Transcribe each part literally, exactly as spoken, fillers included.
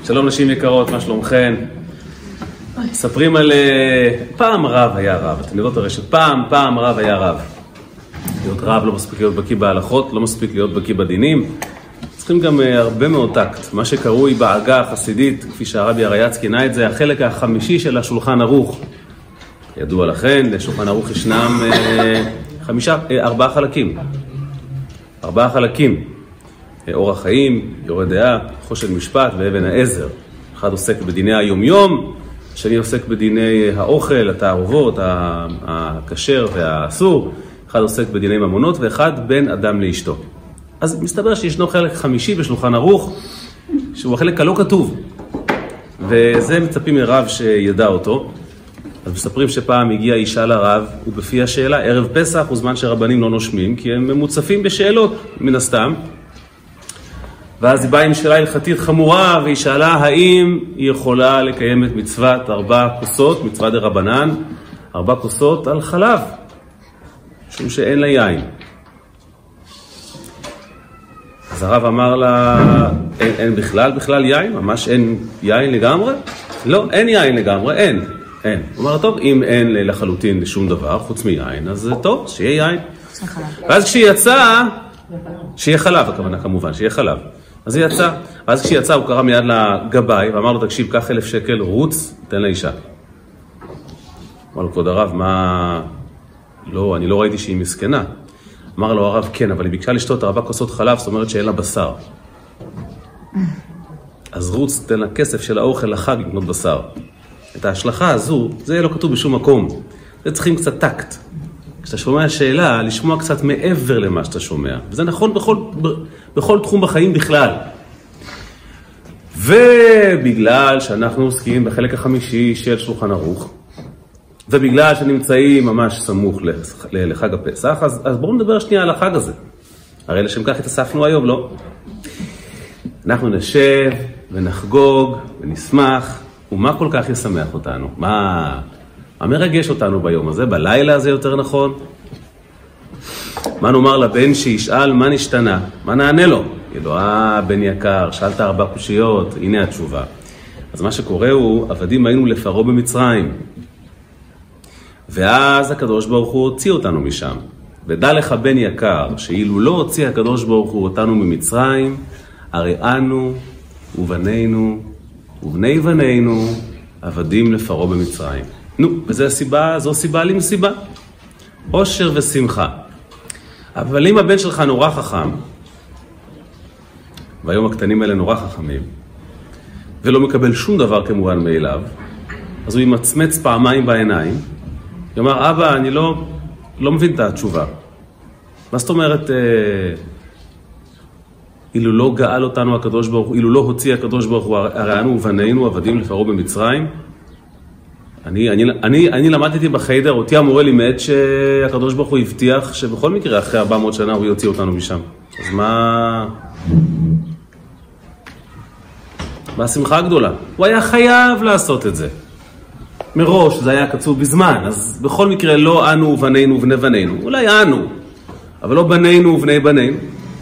שלום נשים יקרות, מה שלומכן? מספרים על... פעם רב היה רב, אתם יודעות הרי שפעם, פעם רב היה רב. להיות רב לא מספיק להיות בקיא בהלכות, לא מספיק להיות בקיא בדינים. צריכים גם הרבה מאוד טקט. מה שקרוי בעגה החסידית, כפי שהרבי הריי"צ כינה את זה, החלק החמישי של השולחן ערוך. ידוע לכן, לשולחן ערוך ישנם חמישה, ארבעה חלקים. ארבעה חלקים. אורח חיים, יורה דעה, חושן משפט ואבן העזר. אחד עוסק בדיני היומיום, השני עוסק בדיני האוכל, התערובות, הכשר והאסור. אחד עוסק בדיני ממונות ואחד בין אדם לאשתו. אז מסתבר שישנו חלק חמישי בשולחן ערוך, שהוא החלק הלא כתוב. וזה מצפים מרב שידע אותו. אז מספרים שפעם הגיעה אישה לרב, ובפי השאלה, ערב פסח הוא זמן שרבנים לא נושמים, כי הם ממוצפים בשאלות, מן הסתם. ואז היא באה עם שאלה הלכתית חמורה, והיא שאלה האם היא יכולה לקיים את מצוות ארבע כוסות, מצוות דרבנן, ארבע כוסות על חלב, משום שאין לה יין. אז הרב אמר לה, אין, אין בכלל, בכלל יין? ממש אין יין לגמרי? לא, אין יין לגמרי, אין, אין. הוא אמר, טוב, אם אין לחלוטין לשום דבר, חוץ מיין, אז טוב, שיהיה יין. ואז כשהיא יצאה, שיהיה חלב, הכוונה כמובן, שיהיה חלב. אז היא יצאה, ואז כשהיא יצאה, הוא קרא מיד לגבאי, ואמר לו, תקשיב, קח אלף שקל, רוץ, תן לאישה. אמר לו, כבוד הרב, מה... לא, אני לא ראיתי שהיא מסכנה. אמר לו הרב, כן, אבל היא ביקשה לשתות ארבע כוסות חלב, זאת אומרת שאין לה בשר. אז רוץ, תן לה כסף של האוכל לחג לקנות בשר. את ההשלכה הזו, זה לא כתוב בשום מקום. זה צריכים קצת טקט. כשאתה שומע שאלה, לשמוע קצת מעבר למה שאתה שומע. וזה נכון בכל, בכל תחום בחיים בכלל. ובגלל שאנחנו עוסקים בחלק החמישי של שולחן ערוך, ובגלל שנמצאים ממש סמוך לחג הפסח, אז, אז בואו נדבר שנייה על החג הזה. הרי לשם כך התאספנו היום, לא? אנחנו נשב ונחגוג ונשמח, ומה כל כך ישמח אותנו? מה, מה מרגש אותנו ביום הזה? בלילה הזה יותר נכון? מה נאמר לבן שישאל מה נשתנה? מה נענה לו? ידוע, אה, בן יקר, שאלת ארבע קושיות, הנה התשובה. אז מה שקורה הוא, עבדים היינו לפרעה במצרים. ואז הקדוש ברוך הוא הוציא אותנו משם. ודע לך בן יקר, שאילו לא הוציא הקדוש ברוך הוא אותנו ממצרים, הרי אנו ובנינו ובני בנינו עבדים לפרעה במצרים. נו, וזו הסיבה, זו סיבה לי מסיבה. עושר ושמחה. אבל אם הבן שלך נורא חכם, והיום הקטנים האלה נורא חכמים, ולא מקבל שום דבר כמובן מאליו, אז הוא ימצמץ פעמיים בעיניים, יאמר, אבא, אני לא, לא מבין את התשובה. מה זאת אומרת, אה, אילו לא גאל אותנו הקדוש ברוך הוא, אילו לא הוציא הקדוש ברוך הוא, הרי אנו ובנינו עבדים לפרעה במצרים? אני, אני, אני, אני למדתי בחיידר, אותי המורה לימד שהקדוש ברוך הוא הבטיח שבכל מקרה אחרי ארבע מאות שנה הוא יוציא אותנו משם. אז מה... מה השמחה הגדולה? הוא היה חייב לעשות את זה. מראש זה היה קצוב בזמן, אז בכל מקרה לא אנו ובנינו ובני בנינו, אולי אנו, אבל לא בנינו ובני בנינו.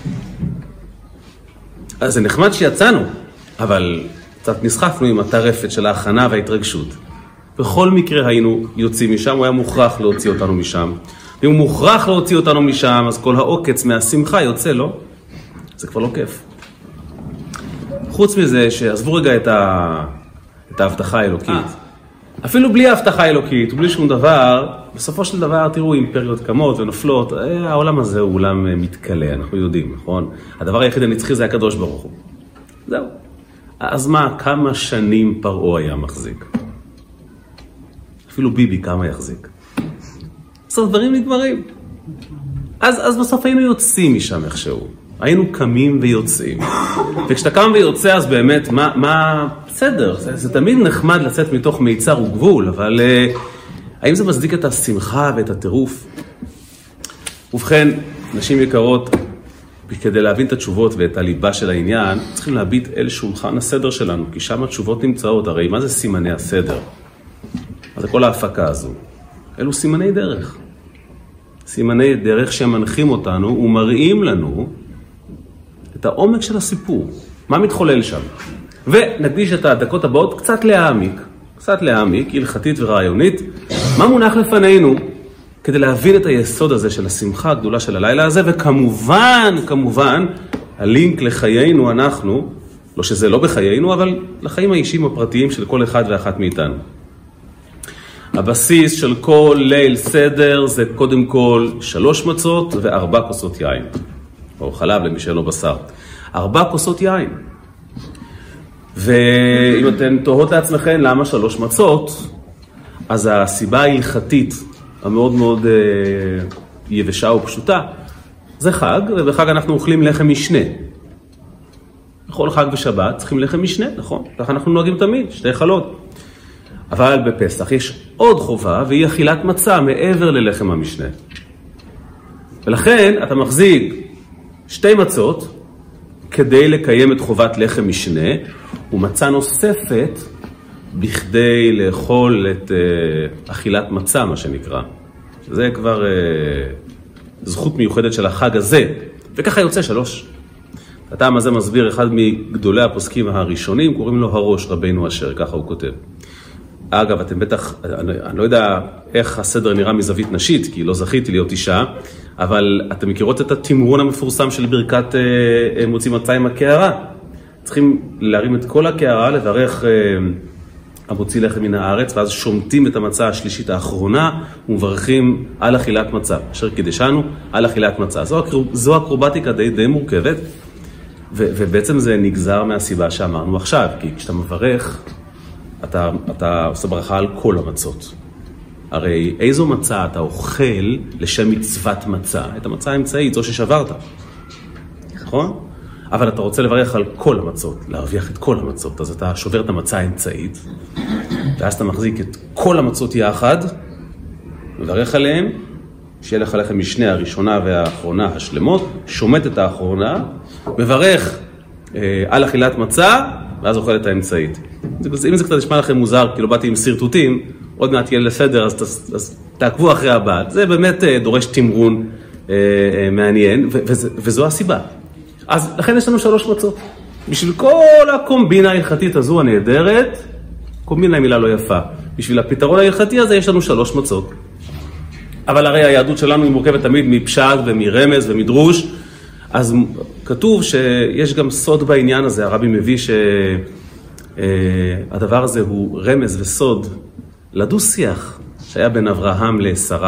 אז זה נחמד שיצאנו, אבל קצת נסחפנו עם הטרפת של ההכנה וההתרגשות. בכל מקרה היינו יוצאים משם, הוא היה מוכרח להוציא אותנו משם. ואם הוא מוכרח להוציא אותנו משם, אז כל העוקץ מהשמחה יוצא, לא? זה כבר לא כיף. חוץ מזה, שעזבו רגע את, ה... את ההבטחה האלוקית. אפילו בלי ההבטחה האלוקית, ובלי שום דבר, בסופו של דבר תראו אימפריות קמות ונופלות, העולם הזה הוא עולם מתקלה, אנחנו יודעים, נכון? הדבר היחיד הנצחי זה הקדוש ברוך הוא. זהו. אז מה, כמה שנים פרעה היה מחזיק? אפילו ביבי כמה יחזיק? בסוף דברים נגמרים. אז, אז בסוף היינו יוצאים משם איכשהו. היינו קמים ויוצאים. וכשאתה קם ויוצא, אז באמת, מה, מה, בסדר, זה, זה תמיד נחמד לצאת מתוך מיצר וגבול, אבל uh, האם זה מצדיק את השמחה ואת הטירוף? ובכן, נשים יקרות, כדי להבין את התשובות ואת הליבה של העניין, צריכים להביט אל שולחן הסדר שלנו, כי שם התשובות נמצאות. הרי מה זה סימני הסדר? מה זה כל ההפקה הזו? אלו סימני דרך. סימני דרך שמנחים אותנו ומראים לנו את העומק של הסיפור. מה מתחולל שם? ונקדיש את הדקות הבאות קצת להעמיק, קצת להעמיק, הלכתית ורעיונית, מה מונח לפנינו כדי להבין את היסוד הזה של השמחה הגדולה של הלילה הזה, וכמובן, כמובן, הלינק לחיינו אנחנו, לא שזה לא בחיינו, אבל לחיים האישיים הפרטיים של כל אחד ואחת מאיתנו. הבסיס של כל ליל סדר זה קודם כל שלוש מצות וארבע כוסות יין. או חלב למי שאין לו בשר. ארבע כוסות יין. ואם אתן תוהות לעצמכם למה שלוש מצות, אז הסיבה ההלכתית המאוד מאוד אה, יבשה ופשוטה, זה חג, ובחג אנחנו אוכלים לחם משנה. בכל חג ושבת צריכים לחם משנה, נכון? ככה אנחנו נוהגים תמיד, שתי חלות. אבל בפסח יש עוד חובה, והיא אכילת מצה מעבר ללחם המשנה. ולכן אתה מחזיק שתי מצות כדי לקיים את חובת לחם משנה, ומצה נוספת בכדי לאכול את uh, אכילת מצה, מה שנקרא. זה כבר uh, זכות מיוחדת של החג הזה, וככה יוצא שלוש. הטעם הזה מסביר אחד מגדולי הפוסקים הראשונים, קוראים לו הראש רבינו אשר, ככה הוא כותב. אגב, אתם בטח, אני, אני לא יודע איך הסדר נראה מזווית נשית, כי לא זכיתי להיות אישה, אבל אתם מכירות את התמרון המפורסם של ברכת אה, מוציא מצה עם הקערה. צריכים להרים את כל הקערה, לברך אה, המוציא לחם מן הארץ, ואז שומטים את המצה השלישית האחרונה, ומברכים על אכילת מצה, אשר קידשנו על אכילת מצה. זו, זו אקרובטיקה די, די מורכבת, ו, ובעצם זה נגזר מהסיבה שאמרנו עכשיו, כי כשאתה מברך, אתה, אתה עושה ברכה על כל המצות. הרי איזו מצה אתה אוכל לשם מצוות מצה? את המצה האמצעית, זו ששברת. נכון? אבל אתה רוצה לברך על כל המצות, להרוויח את כל המצות. אז אתה שובר את המצה האמצעית, ואז אתה מחזיק את כל המצות יחד, מברך עליהן, שיהיה לך לחם משנה הראשונה והאחרונה השלמות, שומט את האחרונה, מברך אה, על אכילת מצה, ואז אוכל את האמצעית. אם זה קצת נשמע לכם מוזר, כאילו באתי עם סרטוטים, עוד מעט יהיה לסדר, אז, אז תעקבו אחרי הבאת. זה באמת דורש תמרון אה, אה, מעניין, ו- וזה, וזו הסיבה. אז לכן יש לנו שלוש מצות. בשביל כל הקומבינה ההלכתית הזו הנהדרת, קומבינה היא מילה לא יפה. בשביל הפתרון ההלכתי הזה יש לנו שלוש מצות. אבל הרי היהדות שלנו היא מורכבת תמיד מפשט ומרמז ומדרוש, אז כתוב שיש גם סוד בעניין הזה. הרבי מביא שהדבר הזה הוא רמז וסוד לדו-שיח שהיה בין אברהם לשרה.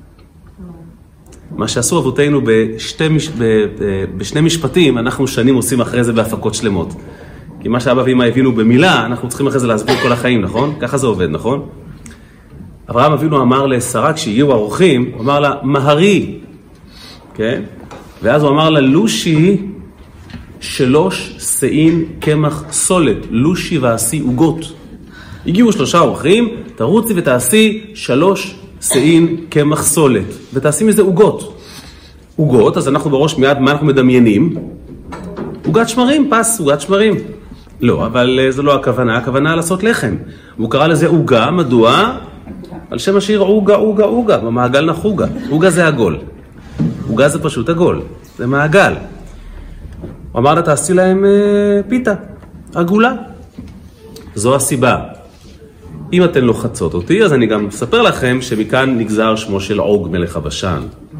מה שעשו אבותינו בשתי, מש... בשני משפטים, אנחנו שנים עושים אחרי זה בהפקות שלמות. כי מה שאבא ואמא הבינו במילה, אנחנו צריכים אחרי זה להסביר כל החיים, נכון? ככה זה עובד, נכון? אברהם אבינו אמר לשרה, כשהגיעו האורחים, הוא אמר לה, מהרי, כן? ואז הוא אמר לה, לושי שלוש שאין קמח סולת, לושי ועשי עוגות. הגיעו שלושה אורחים, תרוצי ותעשי שלוש שאין קמח סולת, ותעשי מזה עוגות. עוגות, אז אנחנו בראש מיד מה אנחנו מדמיינים? עוגת שמרים, פס, עוגת שמרים. לא, אבל זה לא הכוונה, הכוונה לעשות לחם. והוא קרא לזה עוגה, מדוע? על שם השיר עוגה, עוגה, עוגה, במעגל נחוגה. עוגה זה עגול. עוגה זה פשוט עגול, זה מעגל. הוא אמר לה, תעשי להם אה, פיתה, עגולה. זו הסיבה. אם אתן לוחצות אותי, אז אני גם אספר לכם שמכאן נגזר שמו של עוג מלך הבשן.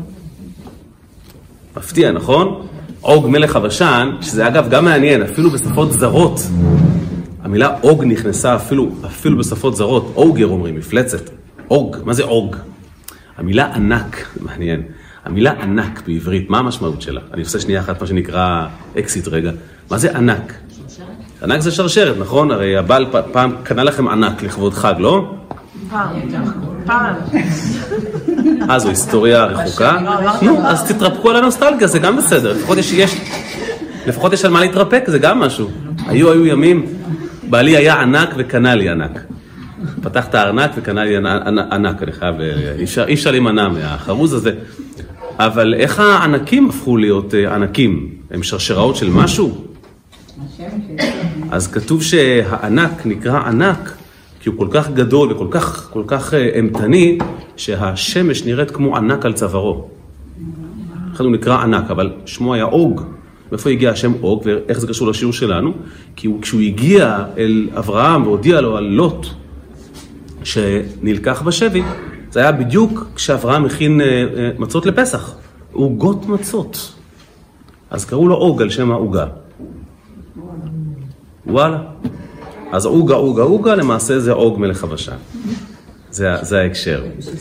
מפתיע, נכון? עוג מלך הבשן, שזה אגב גם מעניין, אפילו בשפות זרות. המילה עוג נכנסה אפילו, אפילו בשפות זרות. עוגר אומרים, מפלצת. עוג, מה זה עוג? המילה ענק, מעניין. המילה ענק בעברית, מה המשמעות שלה? אני עושה שנייה אחת מה שנקרא אקסיט רגע. מה זה ענק? ענק זה שרשרת, נכון? הרי הבעל פעם קנה לכם ענק לכבוד חג, לא? פעם. פעם. אה, זו היסטוריה רחוקה? נו, אז תתרפקו על הנוסטלגיה, זה גם בסדר. לפחות יש, יש, לפחות יש על מה להתרפק, זה גם משהו. היו, היו ימים, בעלי היה ענק וקנה לי ענק. פתח את הארנק וקנה לי ענק, אני חייב, אי אפשר להימנע מהחרוז הזה. אבל איך הענקים הפכו להיות ענקים? הם שרשראות של משהו? אז כתוב שהענק נקרא ענק, כי הוא כל כך גדול וכל כך, כל כך אמתני, שהשמש נראית כמו ענק על צווארו. אחד הוא נקרא ענק, אבל שמו היה עוג. מאיפה הגיע השם אוג ואיך זה קשור לשיעור שלנו? כי הוא, כשהוא הגיע אל אברהם והודיע לו על לוט שנלקח בשבי, זה היה בדיוק כשאברהם הכין מצות לפסח, עוגות מצות. אז קראו לו אוג על שם העוגה. וואלה. אז עוגה, עוגה, עוגה, למעשה זה אוג מלך הבשן. זה, זה ההקשר.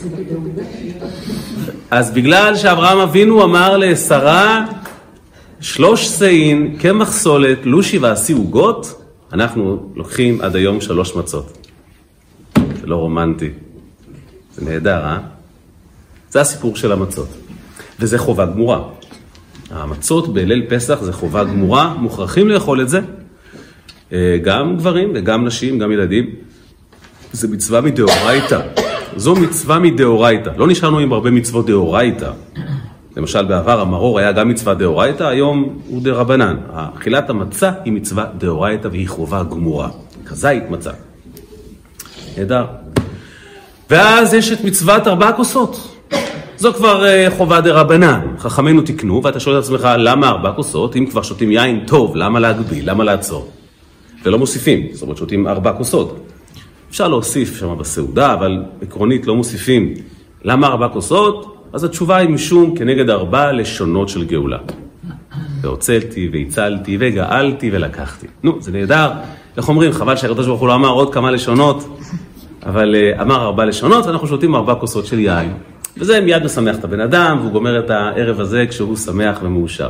אז בגלל שאברהם אבינו אמר לשרה, שלוש שאין, קמח סולת, לושי ועשי עוגות, אנחנו לוקחים עד היום שלוש מצות. זה לא רומנטי. זה נהדר, אה? זה הסיפור של המצות. וזה חובה גמורה. המצות בליל פסח זה חובה גמורה, מוכרחים לאכול את זה. גם גברים וגם נשים, גם ילדים. זה מצווה מדאורייתא. זו מצווה מדאורייתא. לא נשארנו עם הרבה מצוות דאורייתא. למשל בעבר המרור היה גם מצווה דאורייתא, היום הוא דרבנן. אכילת המצה היא מצווה דאורייתא והיא חובה גמורה. כזית מצה. נהדר. ואז יש את מצוות ארבע כוסות. זו כבר חובה דרבנן. חכמינו תקנו, ואתה שואל את עצמך, למה ארבע כוסות? אם כבר שותים יין טוב, למה להגביל? למה לעצור? ולא מוסיפים, זאת אומרת שותים ארבע כוסות. אפשר להוסיף שם בסעודה, אבל עקרונית לא מוסיפים. למה ארבע כוסות? אז התשובה היא משום כנגד ארבע לשונות של גאולה. והוצלתי, והצלתי, וגאלתי, ולקחתי. נו, זה נהדר. איך אומרים? חבל שהקדוש ברוך הוא לא אמר עוד כמה לשונות, אבל אמר ארבע לשונות, ואנחנו שותים ארבע כוסות של יין. וזה מיד משמח את הבן אדם, והוא גומר את הערב הזה כשהוא שמח ומאושר.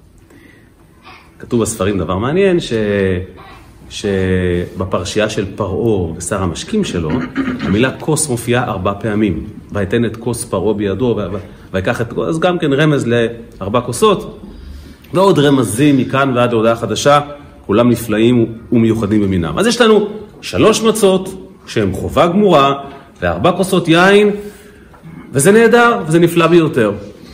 כתוב בספרים דבר מעניין, ש... שבפרשייה של פרעה ושר המשקים שלו, המילה כוס מופיעה ארבע פעמים. ויתן את כוס פרעה בידו, ויקח את... אז גם כן רמז לארבע כוסות, ועוד רמזים מכאן ועד להודעה חדשה, כולם נפלאים ומיוחדים במינם. אז יש לנו שלוש מצות, שהן חובה גמורה, וארבע כוסות יין, וזה נהדר, וזה נפלא ביותר.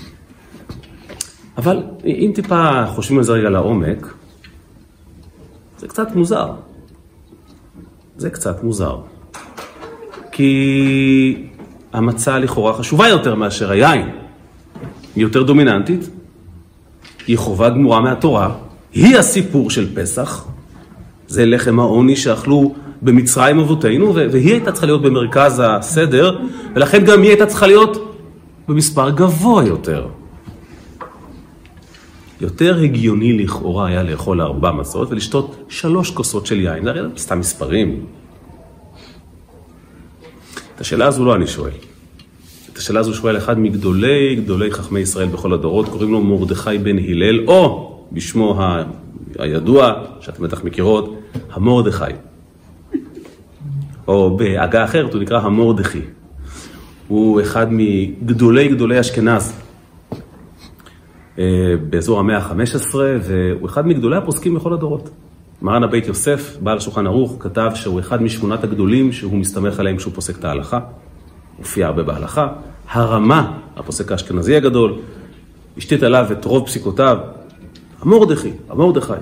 אבל אם טיפה חושבים על זה רגע לעומק, זה קצת מוזר. זה קצת מוזר. כי המצה לכאורה חשובה יותר מאשר היין. היא יותר דומיננטית, היא חובה גמורה מהתורה, היא הסיפור של פסח, זה לחם העוני שאכלו במצרים אבותינו, והיא הייתה צריכה להיות במרכז הסדר, ולכן גם היא הייתה צריכה להיות במספר גבוה יותר. יותר הגיוני לכאורה היה לאכול ארבע מצות ולשתות שלוש כוסות של יין. זה הרי סתם מספרים. את השאלה הזו לא אני שואל. את השאלה הזו שואל אחד מגדולי גדולי חכמי ישראל בכל הדורות, קוראים לו מרדכי בן הלל, או בשמו ה... הידוע, שאתם בטח מכירות, המרדכי. או בהגה אחרת הוא נקרא המרדכי. הוא אחד מגדולי גדולי אשכנז. באזור המאה ה-חמש עשרה, והוא אחד מגדולי הפוסקים בכל הדורות. מרן הבית יוסף, בעל השולחן ערוך, כתב שהוא אחד משמונת הגדולים שהוא מסתמך עליהם כשהוא פוסק את ההלכה. הופיע הרבה בהלכה. הרמה, הפוסק האשכנזי הגדול, השתית עליו את רוב פסיקותיו, המרדכי, המרדכי.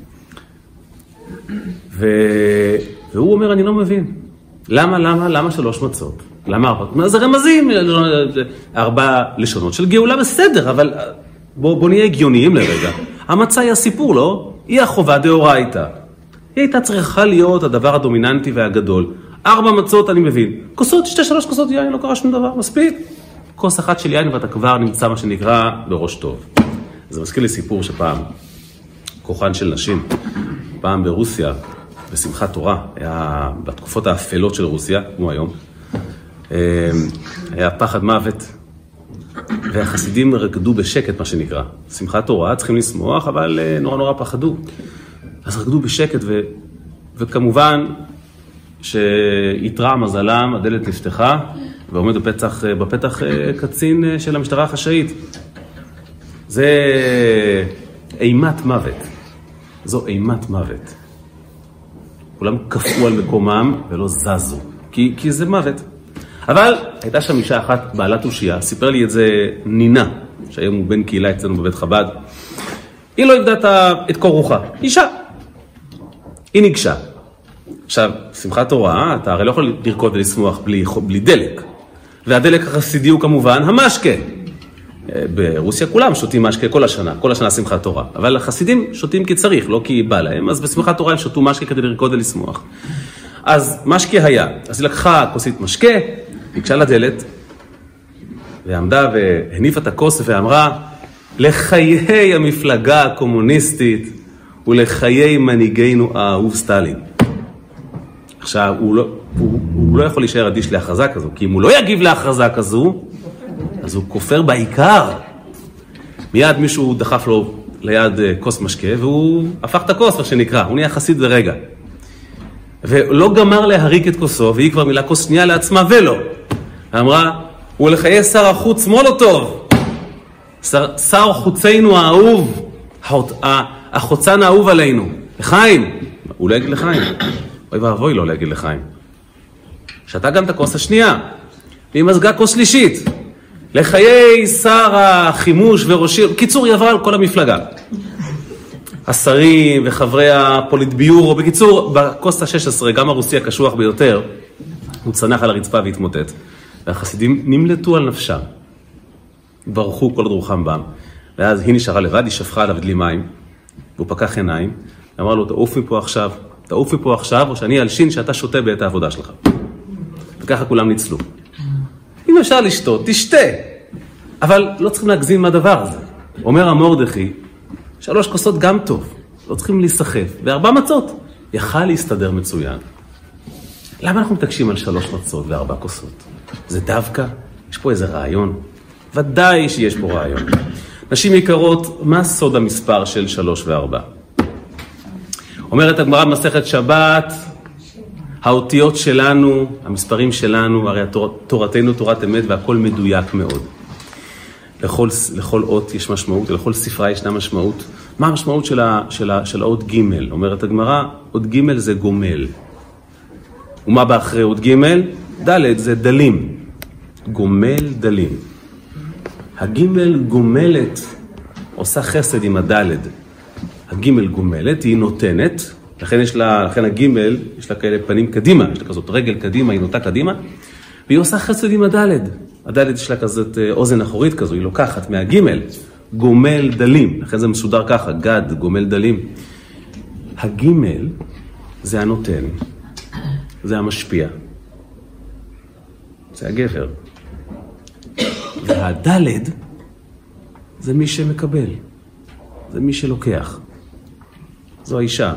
ו... והוא אומר, אני לא מבין. למה, למה, למה שלוש מצות? למה ארבע? זה רמזים, ארבע לשונות של גאולה בסדר, אבל... בוא, בוא נהיה הגיוניים לרגע. המצה היא הסיפור, לא? היא החובה דאורייתא. היא הייתה צריכה להיות הדבר הדומיננטי והגדול. ארבע מצות אני מבין. כוסות, שתי שלוש כוסות יין, לא קרה שום דבר, מספיק. כוס אחת של יין ואתה כבר נמצא מה שנקרא בראש טוב. זה מזכיר לי סיפור שפעם, כוחן של נשים, פעם ברוסיה, בשמחת תורה, היה בתקופות האפלות של רוסיה, כמו היום, היה פחד מוות. והחסידים רקדו בשקט, מה שנקרא. שמחת תורה, צריכים לשמוח, אבל נורא נורא פחדו. אז רקדו בשקט, ו... וכמובן שיתרע מזלם, הדלת נפתחה, ועומד בפתח, בפתח קצין של המשטרה החשאית. זה אימת מוות. זו אימת מוות. כולם קפאו על מקומם ולא זזו, כי, כי זה מוות. אבל הייתה שם אישה אחת בעלת אושייה, סיפר לי את זה נינה, שהיום הוא בן קהילה אצלנו בבית חב"ד. היא לא הבדעת את קור רוחה, אישה. היא ניגשה. עכשיו, שמחת תורה, אתה הרי לא יכול לרקוד ולשמוח בלי, בלי דלק. והדלק החסידי הוא כמובן המשקה. ברוסיה כולם שותים משקה כל השנה, כל השנה שמחת תורה. אבל החסידים שותים כי צריך, לא כי בא להם, אז בשמחת תורה הם שתו משקה כדי לרקוד ולשמוח. אז משקה היה, אז היא לקחה כוסית משקה, ביקשה לדלת, ועמדה והניפה את הכוס ואמרה, לחיי המפלגה הקומוניסטית ולחיי מנהיגנו האהוב סטלין. עכשיו, הוא לא, הוא, הוא לא יכול להישאר אדיש להכרזה כזו, כי אם הוא לא יגיב להכרזה כזו, אז הוא כופר בעיקר. מיד מישהו דחף לו ליד כוס משקה, והוא הפך את הכוס, איך שנקרא, הוא נהיה חסיד ברגע. ולא גמר להריק את כוסו, והיא כבר מילה כוס שנייה לעצמה ולא. אמרה, הוא לחיי שר החוץ מולוטוב. שר, שר חוצנו האהוב, החוצן האהוב עלינו. לחיים. הוא לא יגיד לחיים. אוי ואבוי לא להגיד לחיים. שתה גם את הכוס השנייה. והיא מזגה כוס שלישית. לחיי שר החימוש וראשי... קיצור, היא עברה על כל המפלגה. השרים וחברי הפוליטביורו. בקיצור, בכוס ה-שש עשרה, גם הרוסי הקשוח ביותר, הוא צנח על הרצפה והתמוטט. והחסידים נמלטו על נפשם. ברחו כל דרוכם בם. ואז היא נשארה לבד, היא שפכה עליו דלי מים, והוא פקח עיניים, ואמר לו, תעוף מפה עכשיו, תעוף מפה עכשיו, או שאני אלשין שאתה שותה בעת העבודה שלך. וככה כולם ניצלו. אם אפשר לשתות, תשתה. אבל לא צריכים להגזים מהדבר הזה. אומר המורדכי, שלוש כוסות גם טוב, לא צריכים להיסחף, וארבע מצות, יכל להסתדר מצוין. למה אנחנו מתקשים על שלוש מצות וארבע כוסות? זה דווקא? יש פה איזה רעיון? ודאי שיש פה רעיון. נשים יקרות, מה סוד המספר של שלוש וארבע? אומרת הגמרא במסכת שבת, האותיות שלנו, המספרים שלנו, הרי תורתנו תורת אמת והכל מדויק מאוד. לכל, לכל אות יש משמעות, לכל ספרה ישנה משמעות. מה המשמעות של, ה, של, ה, של האות ג'? אומרת הגמרא, אות ג' זה גומל. ומה באחרי אות ג'? ד' זה דלים. גומל דלים. הגימל גומלת, עושה חסד עם הדלת. הגימל גומלת, היא נותנת, לכן יש לה, לכן הגימל, יש לה כאלה פנים קדימה, יש לה כזאת רגל קדימה, היא נוטה קדימה, והיא עושה חסד עם הדלת. הדלת יש לה כזאת אוזן אחורית כזו, היא לוקחת מהגימל, גומל דלים, לכן זה מסודר ככה, גד, גומל דלים. הגימל זה הנותן, זה המשפיע, זה הגבר. והדלת זה מי שמקבל, זה מי שלוקח, זו האישה.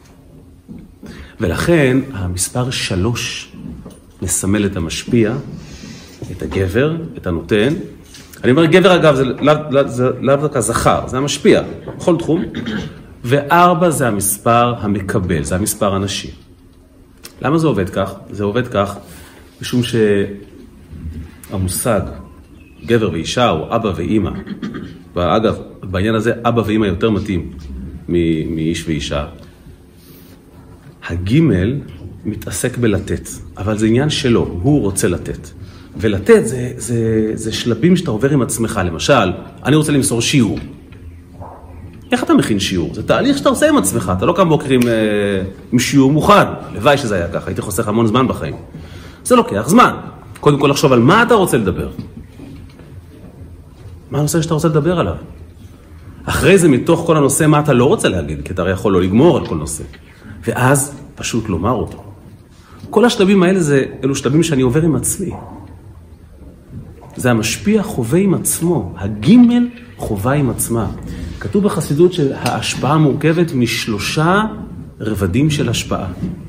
ולכן המספר שלוש מסמל את המשפיע, את הגבר, את הנותן. אני אומר גבר אגב, זה לאו דווקא זכר, זה המשפיע, בכל תחום. וארבע זה המספר המקבל, זה המספר הנשי. למה זה עובד כך? זה עובד כך משום שהמושג גבר ואישה או אבא ואימא, ואגב, בעניין הזה אבא ואימא יותר מתאים מאיש ואישה. הגימל מתעסק בלתת, אבל זה עניין שלו, הוא רוצה לתת. ולתת זה, זה, זה שלבים שאתה עובר עם עצמך. למשל, אני רוצה למסור שיעור. איך אתה מכין שיעור? זה תהליך שאתה עושה עם עצמך, אתה לא קם בוקר עם, עם שיעור מוכן. לוואי שזה היה ככה, הייתי חוסך המון זמן בחיים. זה לוקח זמן. קודם כל לחשוב על מה אתה רוצה לדבר. מה הנושא שאתה רוצה לדבר עליו? אחרי זה, מתוך כל הנושא, מה אתה לא רוצה להגיד? כי אתה הרי יכול לא לגמור על כל נושא. ואז פשוט לומר אותו. כל השלבים האלה זה, אלו שלבים שאני עובר עם עצמי. זה המשפיע חווה עם עצמו. הגימל חווה עם עצמה. כתוב בחסידות שההשפעה מורכבת משלושה רבדים של השפעה.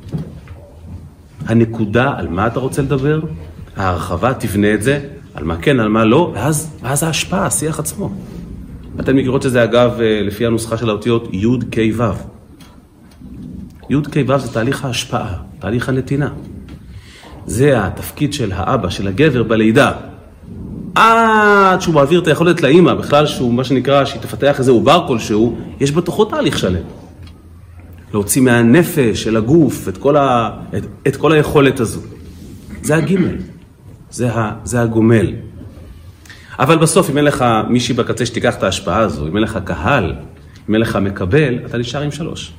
הנקודה, על מה אתה רוצה לדבר? ההרחבה, תבנה את זה. על מה כן, על מה לא, ואז, ואז ההשפעה, השיח עצמו. אתן מכירות שזה אגב, לפי הנוסחה של האותיות, י' כ' ו'. י' כ' ו' זה תהליך ההשפעה, תהליך הנתינה. זה התפקיד של האבא, של הגבר בלידה. עד שהוא מעביר את היכולת לאמא, בכלל שהוא, מה שנקרא, שהיא תפתח איזה עובר כלשהו, יש בתוכו תהליך שלם. להוציא מהנפש, של הגוף, את כל, ה, את, את כל היכולת הזו. זה הגימל. זה, ה, זה הגומל. אבל בסוף, אם אין לך מישהי בקצה שתיקח את ההשפעה הזו, אם אין לך קהל, אם אין לך מקבל, אתה נשאר עם שלוש.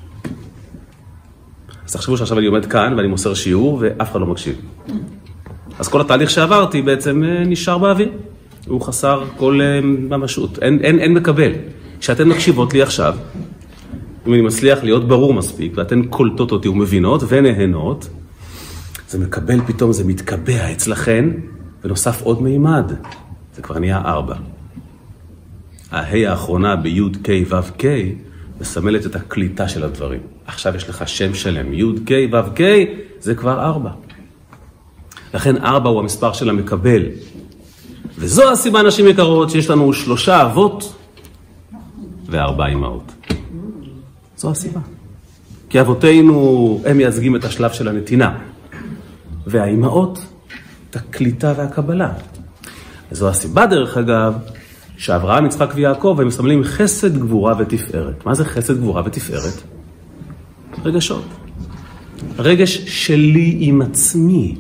אז תחשבו שעכשיו אני עומד כאן ואני מוסר שיעור ואף אחד לא מקשיב. אז כל התהליך שעברתי בעצם נשאר באוויר. הוא חסר כל ממשות, אין, אין, אין מקבל. כשאתן מקשיבות לי עכשיו, אם אני מצליח להיות ברור מספיק, ואתן קולטות אותי ומבינות ונהנות, זה מקבל פתאום, זה מתקבע אצלכן, ונוסף עוד מימד. זה כבר נהיה ארבע. ההי האחרונה ביוד קי וו קי, מסמלת את הקליטה של הדברים. עכשיו יש לך שם שלם, יוד קי וו קי, זה כבר ארבע. לכן ארבע הוא המספר של המקבל. וזו הסיבה, נשים יקרות, שיש לנו שלושה אבות וארבע אמהות. זו הסיבה. כי אבותינו, הם מייצגים את השלב של הנתינה. והאמהות, את הקליטה והקבלה. וזו הסיבה, דרך אגב, שאברהם, יצחק ויעקב, הם מסמלים חסד, גבורה ותפארת. מה זה חסד, גבורה ותפארת? רגשות. רגש שלי עם עצמי.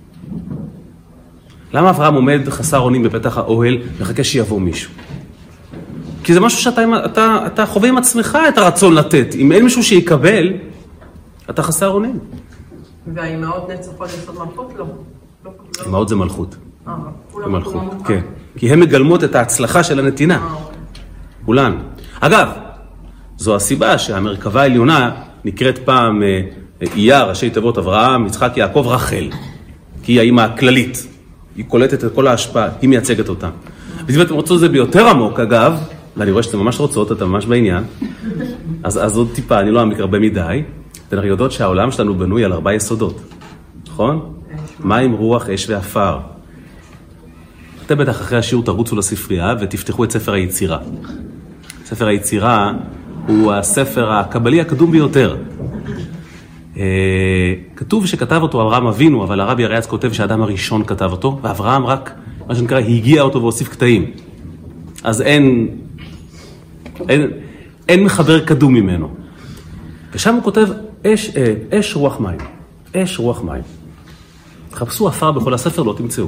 למה אברהם עומד חסר אונים בפתח האוהל וחכה שיבוא מישהו? כי זה משהו שאתה אתה, אתה חווה עם עצמך את הרצון לתת. אם אין מישהו שיקבל, אתה חסר אונים. והאימהות נצפות לעשות מלכות? לא. אימהות זה מלכות. אה, זה מלכות, כן. כי הן מגלמות את ההצלחה של הנתינה. כולן. אגב, זו הסיבה שהמרכבה העליונה נקראת פעם אייה, ראשי תיבות אברהם, יצחק, יעקב, רחל. כי היא האמא הכללית. היא קולטת את כל ההשפעה, היא מייצגת אותה. ואם אתם רוצות את זה ביותר עמוק, אגב, ואני רואה שאתם ממש רוצות, אתם ממש בעניין, אז, אז עוד טיפה, אני לא אעמיק הרבה מדי, ואנחנו יודעות שהעולם שלנו בנוי על ארבע יסודות, נכון? מים, רוח, אש ואפר. אתם בטח אחרי השיעור תרוצו לספרייה ותפתחו את ספר היצירה. ספר היצירה הוא הספר הקבלי הקדום ביותר. כתוב שכתב אותו אברהם אבינו, אבל הרבי הרי"צ כותב שהאדם הראשון כתב אותו, ואברהם רק, מה שנקרא, הגיע אותו והוסיף קטעים. אז אין, אין, אין מחבר קדום ממנו. ושם הוא כותב אש, אש רוח מים. אש רוח מים. תחפשו אפר בכל הספר, לא תמצאו.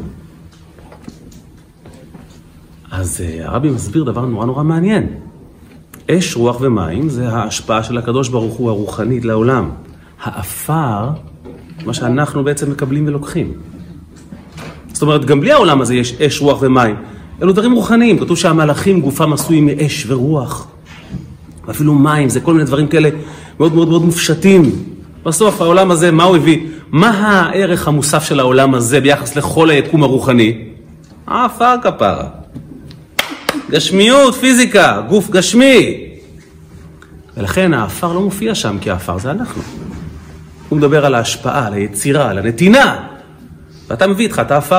אז הרבי מסביר דבר נורא נורא מעניין. אש, רוח ומים זה ההשפעה של הקדוש ברוך הוא הרוחנית לעולם. האפר, מה שאנחנו בעצם מקבלים ולוקחים. זאת אומרת, גם בלי העולם הזה יש אש, רוח ומים. אלו דברים רוחניים. כתוב שהמלאכים גופם עשויים מאש ורוח. ואפילו מים, זה כל מיני דברים כאלה מאוד מאוד מאוד מופשטים. בסוף העולם הזה, מה הוא הביא? מה הערך המוסף של העולם הזה ביחס לכל היקום הרוחני? האפר כפרה. גשמיות, פיזיקה, גוף גשמי. ולכן האפר לא מופיע שם, כי האפר זה אנחנו. הוא מדבר על ההשפעה, על היצירה, על הנתינה. ואתה מביא איתך את האפר.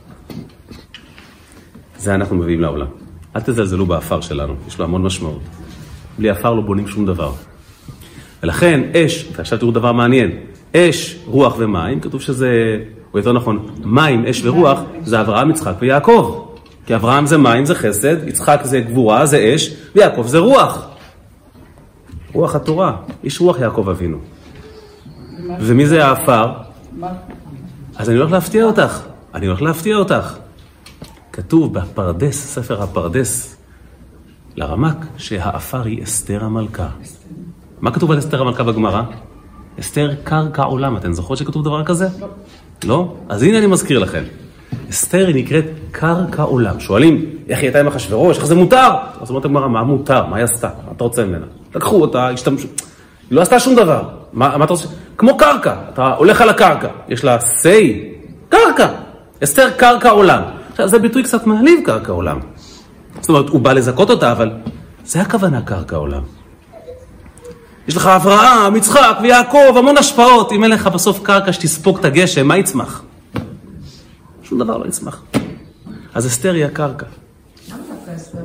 זה אנחנו מביאים לעולם. אל תזלזלו באפר שלנו, יש לו המון משמעות. בלי אפר לא בונים שום דבר. ולכן אש, ועכשיו תראו דבר מעניין, אש, רוח ומים, כתוב שזה, או יותר נכון, מים, אש ורוח, זה אברהם, יצחק ויעקב. כי אברהם זה מים, זה חסד, יצחק זה גבורה, זה אש, ויעקב זה רוח. רוח התורה, איש רוח יעקב אבינו. ומי זה האפר? אז אני הולך להפתיע אותך. אני הולך להפתיע אותך. כתוב בפרדס, ספר הפרדס, לרמק, שהאפר היא אסתר המלכה. מה כתוב על אסתר המלכה בגמרא? אסתר קרקע עולם. אתן זוכרות שכתוב דבר כזה? לא. לא? אז הנה אני מזכיר לכם. אסתר היא נקראת קרקע עולם. שואלים, איך היא הייתה עם אחשוורוש? איך זה מותר? אז אומרת הגמרא, מה מותר? מה היא עשתה? מה אתה רוצה ממנה? לקחו אותה, השתמשו. היא לא עשתה שום דבר. מה, מה אתה רוצה? כמו קרקע. אתה הולך על הקרקע. יש לה סי. קרקע. אסתר קרקע עולם. עכשיו, זה ביטוי קצת מעליב קרקע עולם. זאת אומרת, הוא בא לזכות אותה, אבל זה הכוונה קרקע עולם. יש לך אברהם, יצחק ויעקב, המון השפעות. אם אין לך בסוף קרקע שתספוק את הגשם, מה יצמח? שום דבר לא יצמח. אז אסתר היא הקרקע. למה דווקא אסתר?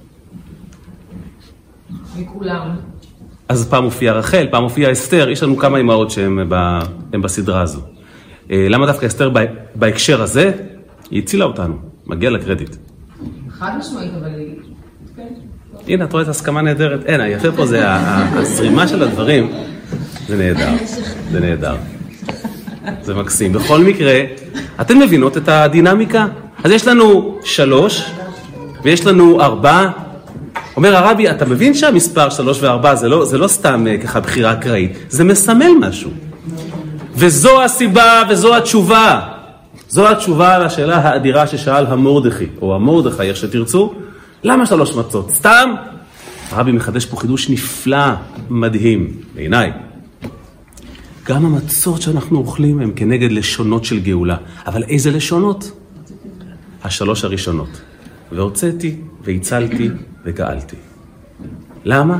מכולם. אז פעם הופיעה רחל, פעם הופיעה אסתר. יש לנו כמה אמהות שהן בסדרה הזו. למה דווקא אסתר בהקשר הזה? היא הצילה אותנו. מגיע לקרדיט. חד משמעית, אבל היא... הנה, את רואה את הסכמה נהדרת. אין, היפה פה זה הסרימה של הדברים. זה נהדר. זה נהדר. זה מקסים. בכל מקרה, אתן מבינות את הדינמיקה? אז יש לנו שלוש, ויש לנו ארבע. אומר הרבי, אתה מבין שהמספר שלוש וארבע זה לא, זה לא סתם ככה בחירה אקראית. זה מסמל משהו. וזו הסיבה וזו התשובה. זו התשובה לשאלה האדירה ששאל המורדכי, או המורדכי, איך שתרצו, למה שלוש מצות? סתם? הרבי מחדש פה חידוש נפלא, מדהים, בעיניי. גם המצות שאנחנו אוכלים הם כנגד לשונות של גאולה. אבל איזה לשונות? השלוש הראשונות. והוצאתי, והצלתי, וגאלתי. למה?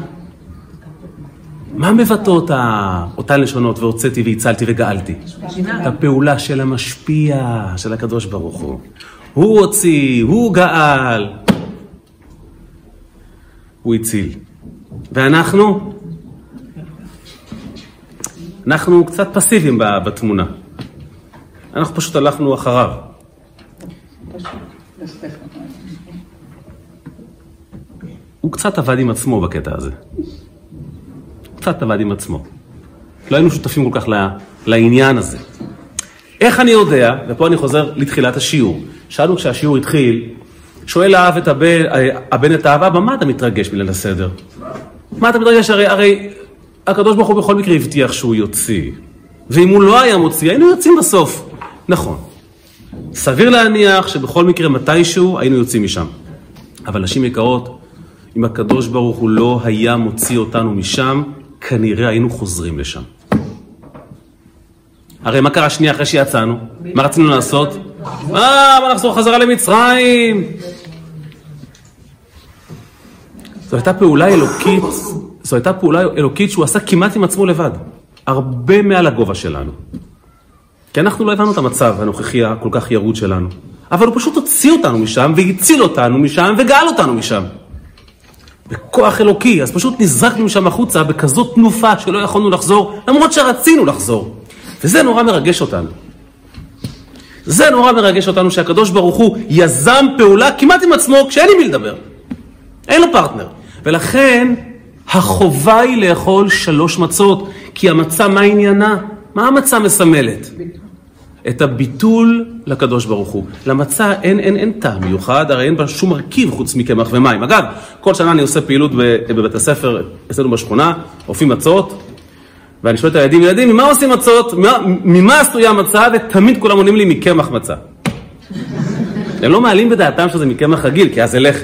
מה מבטא אותה, אותן לשונות, והוצאתי, והצלתי, וגאלתי? את הפעולה של המשפיע, של הקדוש ברוך הוא. הוא הוציא, הוא גאל. הוא הציל. ואנחנו? אנחנו קצת פסיביים בתמונה. אנחנו פשוט הלכנו אחריו. הוא קצת עבד עם עצמו בקטע הזה. קצת עבד עם עצמו. לא היינו שותפים כל כך לעניין הזה. איך אני יודע, ופה אני חוזר לתחילת השיעור. שאלנו כשהשיעור התחיל, שואל האב את הבן, הבן את האב, אבא, מה אתה מתרגש בליל הסדר? מה אתה מתרגש? הרי, הרי הקדוש ברוך הוא בכל מקרה הבטיח שהוא יוציא. ואם הוא לא היה מוציא, היינו יוצאים בסוף. נכון. סביר להניח שבכל מקרה מתישהו היינו יוצאים משם. אבל נשים יקרות, אם הקדוש ברוך הוא לא היה מוציא אותנו משם, כנראה היינו חוזרים לשם. הרי מה קרה שנייה אחרי שיצאנו? מה רצינו לעשות? מה, מה נחזור חזרה למצרים? זו הייתה פעולה אלוקית, זו הייתה פעולה אלוקית שהוא עשה כמעט עם עצמו לבד. הרבה מעל הגובה שלנו. כי אנחנו לא הבנו את המצב הנוכחי הכל כך ירוד שלנו. אבל הוא פשוט הוציא אותנו משם, והציל אותנו משם, וגאל אותנו משם. בכוח אלוקי, אז פשוט נזרקנו משם החוצה בכזאת תנופה שלא יכולנו לחזור, למרות שרצינו לחזור. וזה נורא מרגש אותנו. זה נורא מרגש אותנו שהקדוש ברוך הוא יזם פעולה כמעט עם עצמו כשאין עם מי לדבר. אין לו פרטנר. ולכן החובה היא לאכול שלוש מצות, כי המצה מה עניינה? מה המצה מסמלת? את הביטול לקדוש ברוך הוא. למצה אין, אין, אין טעם מיוחד, הרי אין בה שום מרכיב חוץ מקמח ומים. אגב, כל שנה אני עושה פעילות בבית הספר, אצלנו בשכונה, אופים מצות, ואני שואל את הילדים, ילדים, ממה עושים מצות? ממה עשויה המצה? ותמיד כולם עונים לי מקמח מצה. הם לא מעלים בדעתם שזה מקמח רגיל, כי אז זה לחם.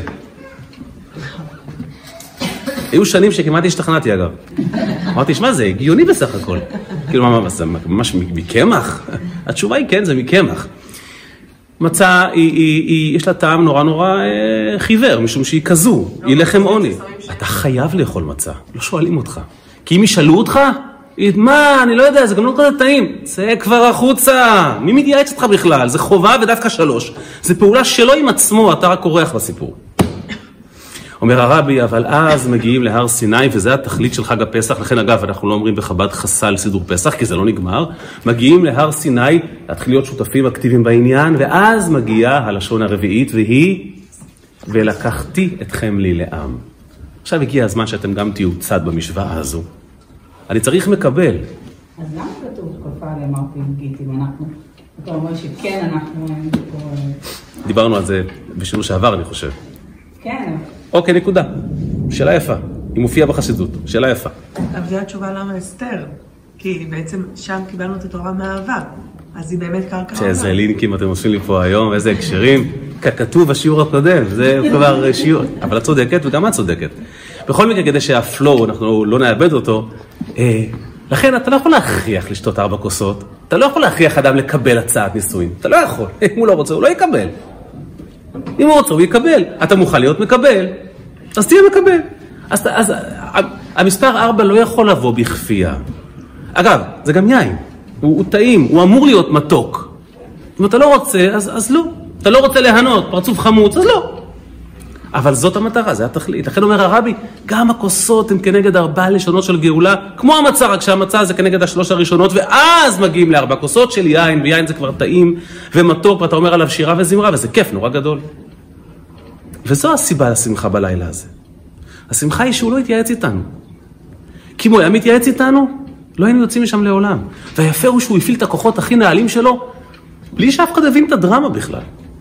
היו שנים שכמעט השתכנעתי אגב. אמרתי, שמה זה הגיוני בסך הכל. כאילו, מה, זה ממש מקמח? התשובה היא כן, זה מקמח. מצה, היא, היא, היא, יש לה טעם נורא נורא אה, חיוור, משום שהיא כזו, היא לחם עוני. אתה חייב לאכול מצה, לא שואלים אותך. כי אם ישאלו אותך, מה, אני לא יודע, זה גם לא כזה טעים. זה כבר החוצה. מי מתייעץ אותך בכלל? זה חובה ודווקא שלוש. זה פעולה שלו עם עצמו, אתה רק קורח בסיפור. אומר הרבי, אבל אז מגיעים להר סיני, וזה התכלית של חג הפסח. לכן אגב, אנחנו לא אומרים בחב"ד חסל סידור פסח, כי זה לא נגמר. מגיעים להר סיני, להתחיל להיות שותפים אקטיביים בעניין, ואז מגיעה הלשון הרביעית, והיא, ולקחתי אתכם לי לעם. עכשיו הגיע הזמן שאתם גם תהיו צד במשוואה הזו. אני צריך מקבל. אז למה כתוב תקופה למרפים גיטים? אנחנו, אתה אומר שכן אנחנו... דיברנו על זה בשיעור שעבר, אני חושב. כן. אוקיי, נקודה. שאלה יפה. היא מופיעה בחסידות. שאלה יפה. אבל זו התשובה למה אסתר. כי בעצם שם קיבלנו את התורה מאהבה. אז היא באמת קרקע אהבה. שאיזה לינקים אתם עושים לי פה היום, איזה הקשרים. ככתוב בשיעור הקודם, זה כבר שיעור. אבל את צודקת וגם את צודקת. בכל מקרה, כדי שהפלואו, אנחנו לא נאבד אותו, אה, לכן אתה לא יכול להכריח לשתות ארבע כוסות. אתה לא יכול להכריח אדם לקבל הצעת נישואין. אתה לא יכול. אם הוא לא רוצה, הוא לא יקבל. אם הוא רוצה, הוא יקבל. אתה מוכן להיות מקבל, אז תהיה מקבל. אז, אז המספר ארבע לא יכול לבוא בכפייה. אגב, זה גם יין. הוא, הוא טעים, הוא אמור להיות מתוק. אם אתה לא רוצה, אז, אז לא. אתה לא רוצה להנות, פרצוף חמוץ, אז לא. אבל זאת המטרה, זה התכלית. לכן אומר הרבי, גם הכוסות הן כנגד ארבע לשונות של גאולה, כמו המצה, רק שהמצה זה כנגד השלוש הראשונות, ואז מגיעים לארבע כוסות של יין, ויין זה כבר טעים ומתוק, ואתה אומר עליו שירה וזמרה, וזה כיף נורא גדול. וזו הסיבה לשמחה בלילה הזה. השמחה היא שהוא לא יתייעץ איתנו. כי אם הוא היה מתייעץ איתנו, לא היינו יוצאים משם לעולם. והיפה הוא שהוא הפעיל את הכוחות הכי נעלים שלו, בלי שאף אחד הבין את הדרמה בכלל.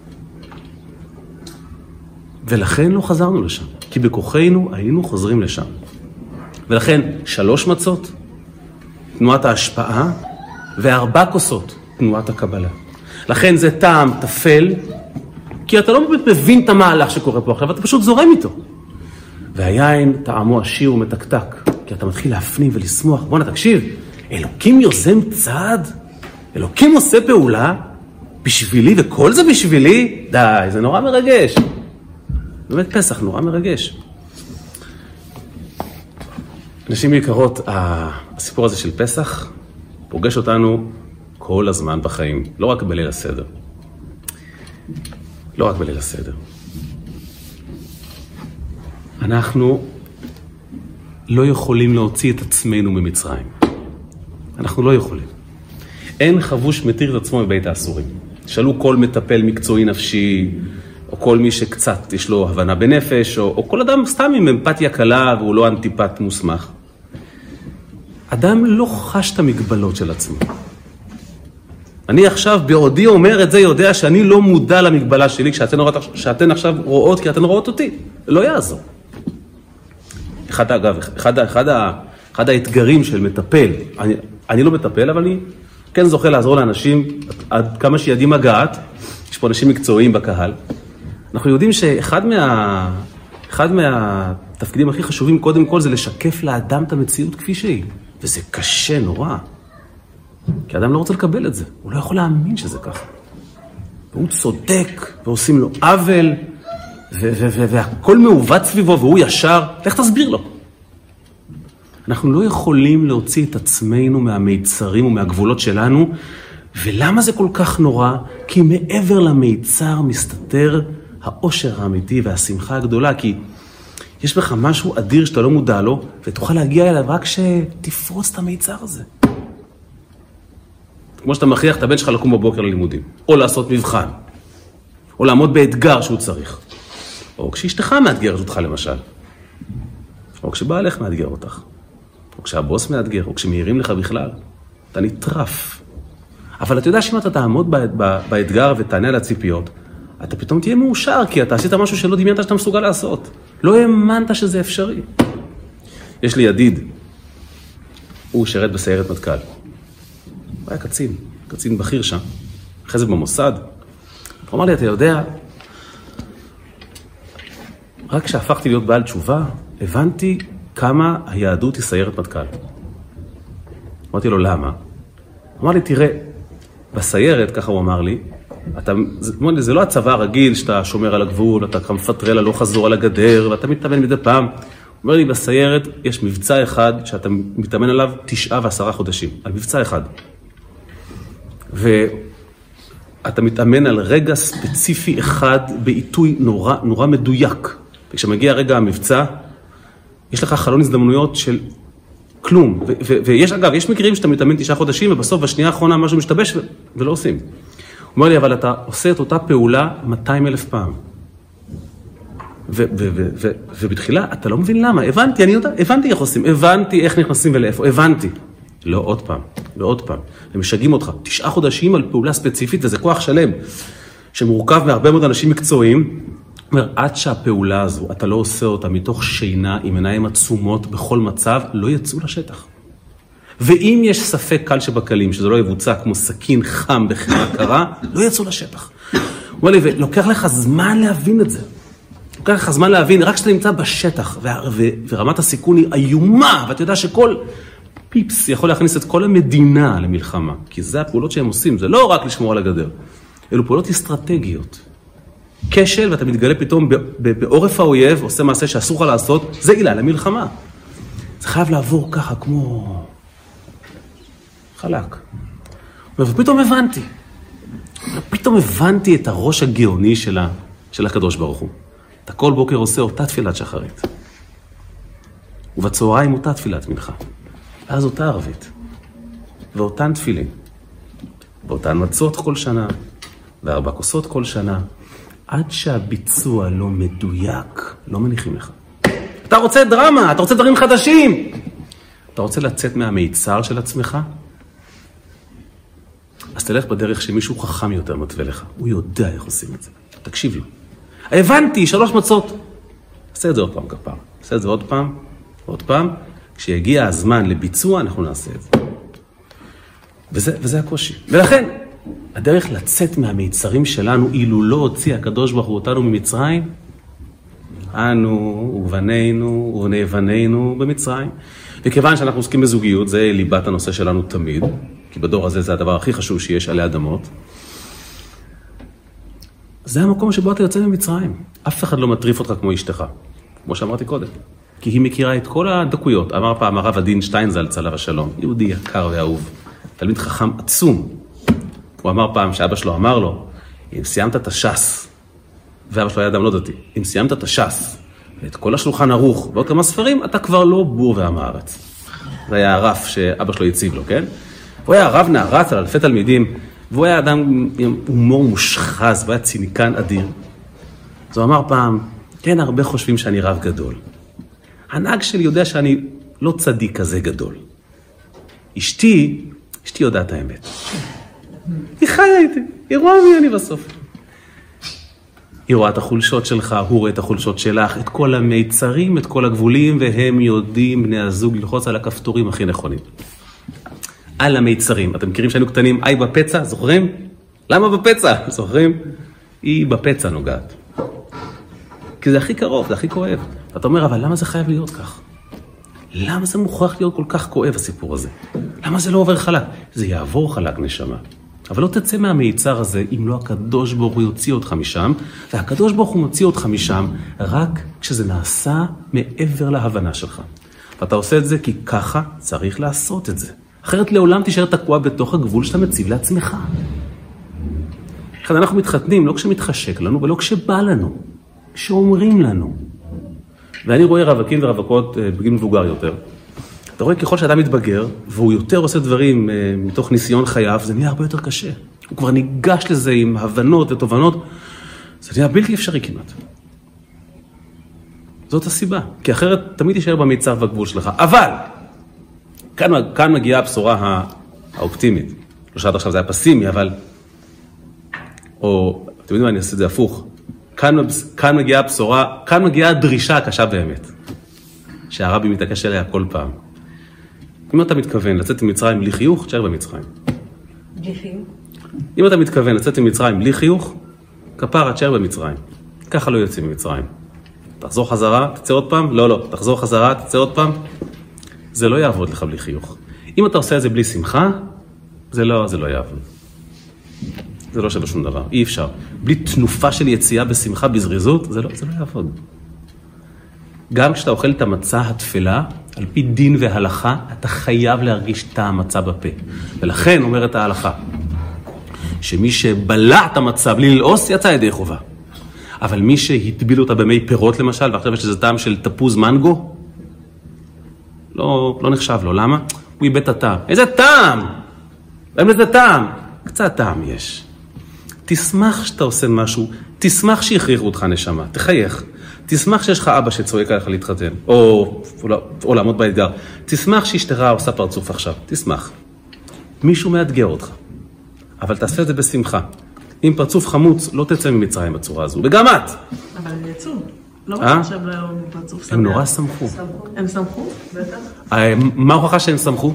ולכן לא חזרנו לשם, כי בכוחנו היינו חוזרים לשם. ולכן שלוש מצות, תנועת ההשפעה, וארבע כוסות, תנועת הקבלה. לכן זה טעם תפל, כי אתה לא באמת מבין את המהלך שקורה פה עכשיו, אתה פשוט זורם איתו. והיין טעמו עשיר ומתקתק, כי אתה מתחיל להפנים ולשמוח. בוא נתקשיב, אלוקים יוזם צעד, אלוקים עושה פעולה, בשבילי, וכל זה בשבילי, די, זה נורא מרגש. באמת פסח, נורא מרגש. אנשים יקרות, הסיפור הזה של פסח פוגש אותנו כל הזמן בחיים, לא רק בליל הסדר. לא רק בליל הסדר. אנחנו לא יכולים להוציא את עצמנו ממצרים. אנחנו לא יכולים. אין חבוש מתיר את עצמו מבית האסורים. שאלו כל מטפל מקצועי נפשי, או כל מי שקצת יש לו הבנה בנפש, או, או כל אדם סתם עם אמפתיה קלה והוא לא אנטיפט מוסמך. אדם לא חש את המגבלות של עצמו. אני עכשיו בעודי אומר את זה, יודע שאני לא מודע למגבלה שלי, כשאתן, רואות, כשאתן עכשיו רואות, כי אתן רואות אותי. לא יעזור. אחד, אגב, אחד, אחד, אחד האתגרים של מטפל, אני, אני לא מטפל, אבל אני כן זוכה לעזור לאנשים, עד כמה שידים מגעת, יש פה אנשים מקצועיים בקהל. אנחנו יודעים שאחד מה, אחד מהתפקידים הכי חשובים, קודם כל, זה לשקף לאדם את המציאות כפי שהיא. וזה קשה נורא. כי האדם לא רוצה לקבל את זה. הוא לא יכול להאמין שזה ככה. והוא צודק, ועושים לו עוול, והכל מעוות סביבו, והוא ישר. איך תסביר לו? אנחנו לא יכולים להוציא את עצמנו מהמיצרים ומהגבולות שלנו, ולמה זה כל כך נורא? כי מעבר למיצר מסתתר האושר האמיתי והשמחה הגדולה, כי יש בך משהו אדיר שאתה לא מודע לו, ותוכל להגיע אליו רק שתפרוץ את המיצר הזה. כמו שאתה מכריח את הבן שלך לקום בבוקר ללימודים, או לעשות מבחן, או לעמוד באתגר שהוא צריך, או כשאשתך מאתגרת אותך למשל, או כשבעלך מאתגר אותך, או כשהבוס מאתגר, או כשמהירים לך בכלל, אתה נטרף. אבל אתה יודע שאם אתה תעמוד באתגר ותענה על הציפיות, אתה פתאום תהיה מאושר, כי אתה עשית משהו שלא דמיינת שאתה מסוגל לעשות. לא האמנת שזה אפשרי. יש לי ידיד, הוא שירת בסיירת מטכ"ל. הוא היה קצין, קצין בכיר שם, אחרי זה במוסד. הוא אמר לי, אתה יודע, רק כשהפכתי להיות בעל תשובה, הבנתי כמה היהדות היא סיירת מטכ"ל. אמרתי לו, למה? הוא אמר לי, תראה, בסיירת, ככה הוא אמר לי, אתה, זה, זה לא הצבא הרגיל שאתה שומר על הגבול, אתה מפטרל הלוך חזור על הגדר, ואתה מתאמן מדי פעם. הוא אומר לי, בסיירת יש מבצע אחד שאתה מתאמן עליו תשעה ועשרה חודשים, על מבצע אחד. ואתה מתאמן על רגע ספציפי אחד בעיתוי נורא, נורא מדויק. וכשמגיע רגע המבצע, יש לך חלון הזדמנויות של כלום. ו- ו- ויש, אגב, יש מקרים שאתה מתאמן תשעה חודשים, ובסוף בשנייה האחרונה משהו משתבש ו- ולא עושים. הוא אומר לי, אבל אתה עושה את אותה פעולה מאתיים אלף פעם. ו- ו- ו- ו- ובתחילה אתה לא מבין למה. הבנתי, אני יודע, הבנתי איך עושים, הבנתי איך נכנסים ולאיפה, הבנתי. לא עוד פעם, לא עוד פעם. הם משגעים אותך. תשעה חודשים על פעולה ספציפית, וזה כוח שלם, שמורכב מהרבה מאוד אנשים מקצועיים. אומר, עד שהפעולה הזו, אתה לא עושה אותה מתוך שינה, עם עיניים עצומות בכל מצב, לא יצאו לשטח. ואם יש ספק קל שבקלים, שזה לא יבוצע כמו סכין חם בחירה קרה, לא יצאו לשטח. הוא אומר לי, ולוקח לך זמן להבין את זה. לוקח לך זמן להבין, רק שאתה נמצא בשטח, ו- ו- ורמת הסיכון היא איומה, ואתה יודע שכל פיפס יכול להכניס את כל המדינה למלחמה, כי זה הפעולות שהם עושים, זה לא רק לשמור על הגדר, אלו פעולות אסטרטגיות. כשל, ואתה מתגלה פתאום בעורף האויב, עושה מעשה שאסור לך לעשות, זה עילה למלחמה. זה חייב לעבור ככה כמו חלק. ופתאום הבנתי, פתאום הבנתי את הראש הגאוני שלה, של הקדוש ברוך הוא. אתה כל בוקר עושה אותה תפילת שחרית. ובצהריים אותה תפילת מנחה. ואז אותה ערבית. ואותן תפילין. ואותן מצות כל שנה. וארבע כוסות כל שנה. עד שהביצוע לא מדויק, לא מניחים לך. אתה רוצה דרמה, אתה רוצה דברים חדשים. אתה רוצה לצאת מהמיצר של עצמך? אז תלך בדרך שמישהו חכם יותר מתווה לך. הוא יודע איך עושים את זה. תקשיב לו. הבנתי, שלוש מצות. עשה את זה עוד פעם כפר. עשה את זה עוד פעם, עוד פעם. כשיגיע הזמן לביצוע, אנחנו נעשה את זה. וזה, וזה הקושי. ולכן, הדרך לצאת מהמיצרים שלנו, אילו לא הוציא הקדוש ברוך הוא אותנו ממצרים, אנו ובנינו ובני בנינו במצרים. וכיוון שאנחנו עוסקים בזוגיות, זה ליבת הנושא שלנו תמיד, כי בדור הזה זה הדבר הכי חשוב שיש עלי אדמות. זה המקום שבו אתה יוצא ממצרים. אף אחד לא מטריף אותך כמו אשתך, כמו שאמרתי קודם. כי היא מכירה את כל הדקויות. אמר פעם הרב עדין שטיינזלץ צלב השלום, יהודי יקר ואהוב, תלמיד חכם עצום. הוא אמר פעם שאבא שלו אמר לו, אם סיימת את הש"ס, ואבא שלו היה אדם לא דתי, אם סיימת את הש"ס, ואת כל השולחן ערוך, ועוד כמה ספרים, אתה כבר לא בור ועם הארץ. זה היה הרף שאבא שלו הציב לו, כן? הוא היה הרב נערץ על אלפי תלמידים, והוא היה אדם עם הומור מושחז, והוא היה ציניקן אדיר. אז הוא אמר פעם, כן, הרבה חושבים שאני רב גדול. הנהג שלי יודע שאני לא צדיק כזה גדול. אשתי, אשתי יודעת האמת. היא חיה איתי, היא רואה מי אני בסוף. היא רואה את החולשות שלך, הוא רואה את החולשות שלך, את כל המיצרים, את כל הגבולים, והם יודעים, בני הזוג, ללחוץ על הכפתורים הכי נכונים. על המיצרים. אתם מכירים שהיינו קטנים, איי בפצע, זוכרים? למה בפצע? זוכרים? היא בפצע נוגעת. כי זה הכי קרוב, זה הכי כואב. אתה אומר, אבל למה זה חייב להיות כך? למה זה מוכרח להיות כל כך כואב, הסיפור הזה? למה זה לא עובר חלק? זה יעבור חלק, נשמה. אבל לא תצא מהמיצר הזה אם לא הקדוש ברוך הוא יוציא אותך משם, והקדוש ברוך הוא מוציא אותך משם רק כשזה נעשה מעבר להבנה שלך. ואתה עושה את זה כי ככה צריך לעשות את זה. אחרת לעולם תישאר תקוע בתוך הגבול שאתה מציב לעצמך. אנחנו מתחתנים לא כשמתחשק לנו ולא כשבא לנו, כשאומרים לנו. ואני רואה רווקים ורווקות בגיל מבוגר יותר. אתה רואה ככל שאדם מתבגר, והוא יותר עושה דברים מתוך ניסיון חייו, זה נהיה הרבה יותר קשה. הוא כבר ניגש לזה עם הבנות ותובנות, זה נהיה בלתי אפשרי כמעט. זאת הסיבה, כי אחרת תמיד יישאר במיצר והגבול שלך. אבל, כאן, כאן מגיעה הבשורה האופטימית. לא שעד עכשיו זה היה פסימי, אבל... או, אתם יודעים מה, אני אעשה את זה הפוך. כאן, כאן מגיעה הבשורה, כאן מגיעה הדרישה הקשה באמת. שהרבי מתעקש עליה כל פעם. אם אתה מתכוון לצאת עם מצרים בלי חיוך, תשאר במצרים. בלי חיוך? אם אתה מתכוון לצאת עם מצרים בלי חיוך, כפרה, תשאר במצרים. ככה לא יוצאים ממצרים. תחזור חזרה, תצא עוד פעם? לא, לא. תחזור חזרה, תצא עוד פעם? זה לא יעבוד לך בלי חיוך. אם אתה עושה את זה בלי שמחה, זה לא, זה לא יעבוד. זה לא שווה שום דבר. אי אפשר. בלי תנופה של יציאה בשמחה, בזריזות, זה לא, זה לא יעבוד. גם כשאתה אוכל את המצה התפלה, על פי דין והלכה, אתה חייב להרגיש את המצה בפה. ולכן אומרת ההלכה, שמי שבלע את המצה בלי ללעוס, יצא ידי חובה. אבל מי שהטביל אותה במי פירות למשל, ועכשיו יש לזה טעם של תפוז מנגו, לא, לא נחשב לו. למה? הוא איבד את הטעם. איזה טעם? אין לזה טעם. קצת טעם יש. תשמח שאתה עושה משהו, תשמח שיכריחו אותך נשמה, תחייך. תשמח שיש לך אבא שצועק עליך להתחתן, או, או, או לעמוד באתגר. תשמח שאשתך עושה פרצוף עכשיו, תשמח. מישהו מאתגר אותך, אבל תעשה את זה בשמחה. אם פרצוף חמוץ, לא תצא ממצרים בצורה הזו, וגם את. אבל הם יצאו. לא בטח שהם לא פרצוף שמח. הם נורא שמחו. הם שמחו? בטח. מה ההוכחה שהם שמחו?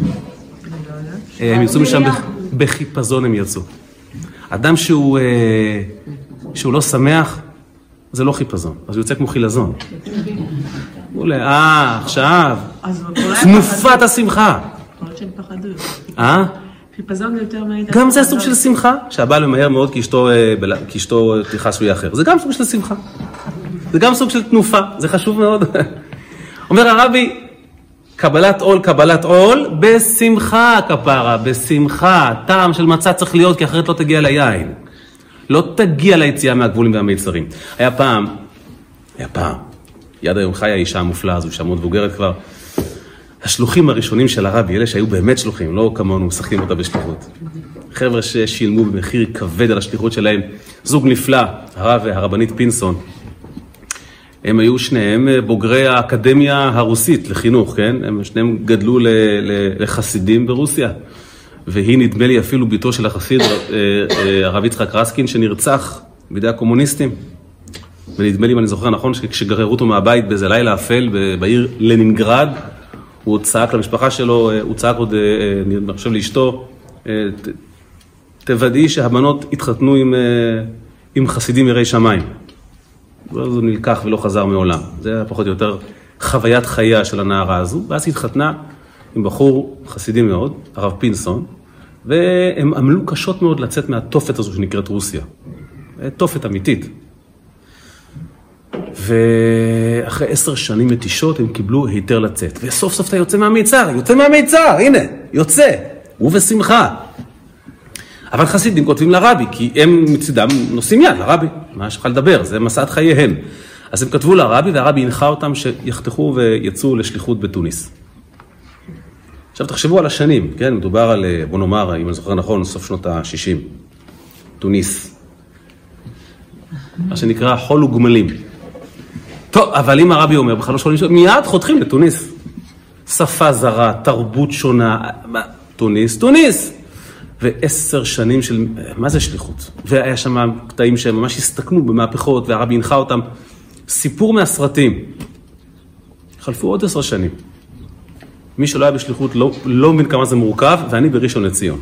הם יצאו משם בחיפזון, הם יצאו. אדם שהוא, שהוא לא שמח, זה לא חיפזון, אז הוא יוצא כמו חילזון. אולי, אה, עכשיו, תנופת השמחה. יכול להיות שהם פחדו. אה? חיפזון זה יותר מהיית... גם זה סוג של שמחה, שהבעל ממהר מאוד כי אשתו תיחס ויהיה אחר. זה גם סוג של שמחה. זה גם סוג של תנופה, זה חשוב מאוד. אומר הרבי, קבלת עול, קבלת עול, בשמחה כפרה, בשמחה. טעם של מצה צריך להיות, כי אחרת לא תגיע ליין. לא תגיע ליציאה מהגבולים והמיצרים. היה פעם, היה פעם, יד היום חיה האישה המופלאה הזו, שהמות מבוגרת כבר, השלוחים הראשונים של הרבי, אלה שהיו באמת שלוחים, לא כמונו, משחקים אותה בשליחות. חבר'ה ששילמו במחיר כבד על השליחות שלהם, זוג נפלא, הרב והרבנית פינסון. הם היו שניהם בוגרי האקדמיה הרוסית לחינוך, כן? הם שניהם גדלו ל- ל- לחסידים ברוסיה. והיא נדמה לי אפילו ביתו של החסיד, הרב יצחק רסקין, שנרצח בידי הקומוניסטים. ונדמה לי, אם אני זוכר נכון, שכשגררו אותו מהבית באיזה לילה אפל בעיר לנינגרד, הוא צעק למשפחה שלו, הוא צעק עוד, אני חושב לאשתו, תוודאי שהבנות התחתנו עם, עם חסידים יראי שמיים. זה נלקח ולא חזר מעולם. זה היה פחות או יותר חוויית חייה של הנערה הזו, ואז התחתנה עם בחור חסידי מאוד, הרב פינסון, והם עמלו קשות מאוד לצאת מהתופת הזו שנקראת רוסיה. תופת אמיתית. ואחרי עשר שנים מתישות הם קיבלו היתר לצאת. וסוף סוף אתה יוצא מהמיצר, יוצא מהמיצר, הנה, יוצא, הוא ושמחה. אבל חסידים כותבים לרבי, כי הם מצדם נושאים יד לרבי, מה יש לך לדבר, זה מסעת חייהן. אז הם כתבו לרבי, והרבי הנחה אותם שיחתכו ויצאו לשליחות בתוניס. עכשיו תחשבו על השנים, כן? מדובר על, בוא נאמר, אם אני זוכר נכון, סוף שנות ה-שישים. תוניס. מה שנקרא חול וגמלים. טוב, אבל אם הרבי אומר, בכלל לא שואלים, מיד חותכים לתוניס. שפה זרה, תרבות שונה, תוניס, תוניס. ועשר שנים של, מה זה שליחות? והיה שם קטעים שהם ממש הסתכנו במהפכות, והרבי הנחה אותם. סיפור מהסרטים. חלפו עוד עשר שנים. מי שלא היה בשליחות לא, לא מבין כמה זה מורכב, ואני בראשון לציון.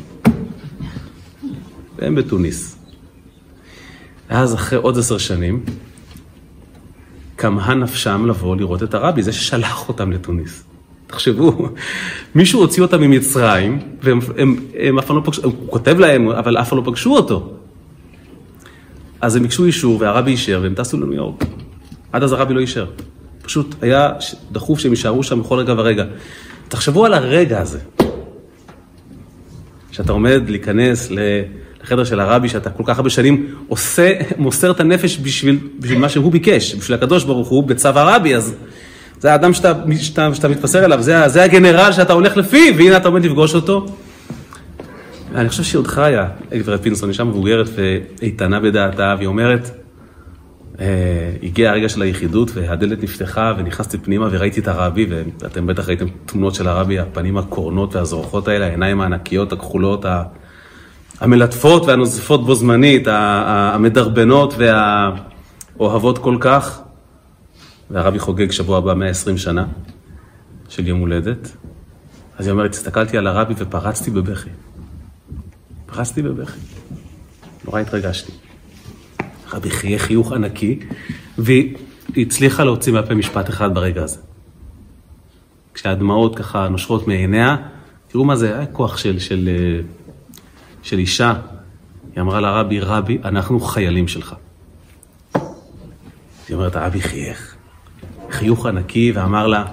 והם בתוניס. אז אחרי עוד עשר שנים, כמה נפשם לבוא לראות את הרבי, זה ששלח אותם לתוניס. תחשבו, מישהו הוציא אותם ממצרים, והם הם, הם אף פעם לא פגשו, הוא כותב להם, אבל אף פעם לא פגשו אותו. אז הם ביקשו אישור, והרבי אישר, והם טסו לניו יורק. עד אז הרבי לא אישר. פשוט היה דחוף שהם יישארו שם בכל רגע ורגע. תחשבו על הרגע הזה. שאתה עומד להיכנס לחדר של הרבי, שאתה כל כך הרבה שנים עושה, מוסר את הנפש בשביל, בשביל מה שהוא ביקש, בשביל הקדוש ברוך הוא בצו הרבי, אז זה האדם שאתה, שאתה, שאתה מתפסר אליו, זה, זה הגנרל שאתה הולך לפי, והנה אתה עומד לפגוש אותו. אני חושב שהיא עוד חיה, גברת פינסון, היא שם מבוגרת ואיתנה בדעתה, והיא אומרת, הגיע הרגע של היחידות והדלת נפתחה ונכנסתי פנימה וראיתי את הרבי, ואתם בטח ראיתם תמונות של הרבי, הפנים הקורנות והזרוחות האלה, העיניים הענקיות, הכחולות, המלטפות והנוזפות בו זמנית, המדרבנות והאוהבות כל כך. והרבי חוגג שבוע הבא מאה ועשרים שנה של יום הולדת. אז היא אומרת, הסתכלתי על הרבי ופרצתי בבכי. פרצתי בבכי. נורא התרגשתי. הרבי חייך חיוך ענקי, והיא הצליחה להוציא מהפה משפט אחד ברגע הזה. כשהדמעות ככה נושרות מעיניה, תראו מה זה, היה כוח של, של, של אישה. היא אמרה לרבי, רבי, אנחנו חיילים שלך. היא אומרת, הרבי חייך. חיוך ענקי, ואמר לה,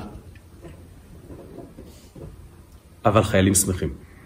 אבל חיילים שמחים.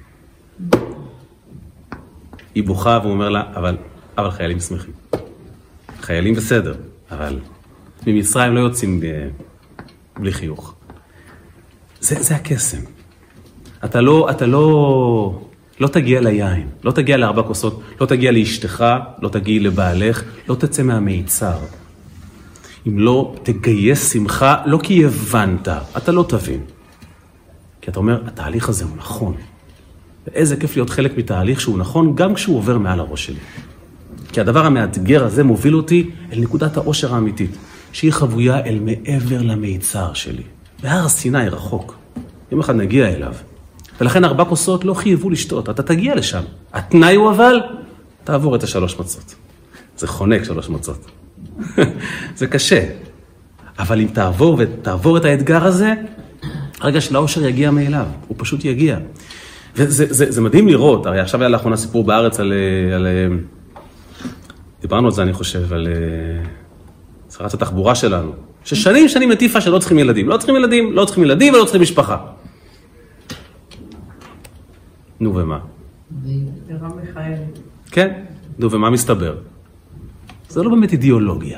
היא בוכה, והוא אומר לה, אבל, אבל חיילים שמחים. חיילים בסדר, אבל ממצרים לא יוצאים בלי חיוך. זה, זה הקסם. אתה לא, אתה לא, לא תגיע ליין, לא תגיע לארבע כוסות, לא תגיע לאשתך, לא תגיע לבעלך, לא תצא מהמיצר. אם לא תגייס שמחה, לא כי הבנת, אתה לא תבין. כי אתה אומר, התהליך הזה הוא נכון. ואיזה כיף להיות חלק מתהליך שהוא נכון, גם כשהוא עובר מעל הראש שלי. כי הדבר המאתגר הזה מוביל אותי אל נקודת האושר האמיתית, שהיא חבויה אל מעבר למיצר שלי. בהר סיני רחוק. יום אחד נגיע אליו. ולכן ארבע כוסות לא חייבו לשתות, אתה תגיע לשם. התנאי הוא אבל, תעבור את השלוש מצות. זה חונק שלוש מצות. זה קשה. אבל אם תעבור ותעבור את האתגר הזה, הרגע של האושר יגיע מאליו. הוא פשוט יגיע. וזה זה, זה מדהים לראות. הרי עכשיו היה לאחרונה סיפור בארץ על... על דיברנו על זה, אני חושב, על שרת התחבורה שלנו. ששנים שנים מטיפה שלא צריכים ילדים. לא צריכים ילדים, לא צריכים ילדים ולא צריכים משפחה. נו ומה? רם מיכאל. כן, נו ומה מסתבר? זה לא באמת אידיאולוגיה.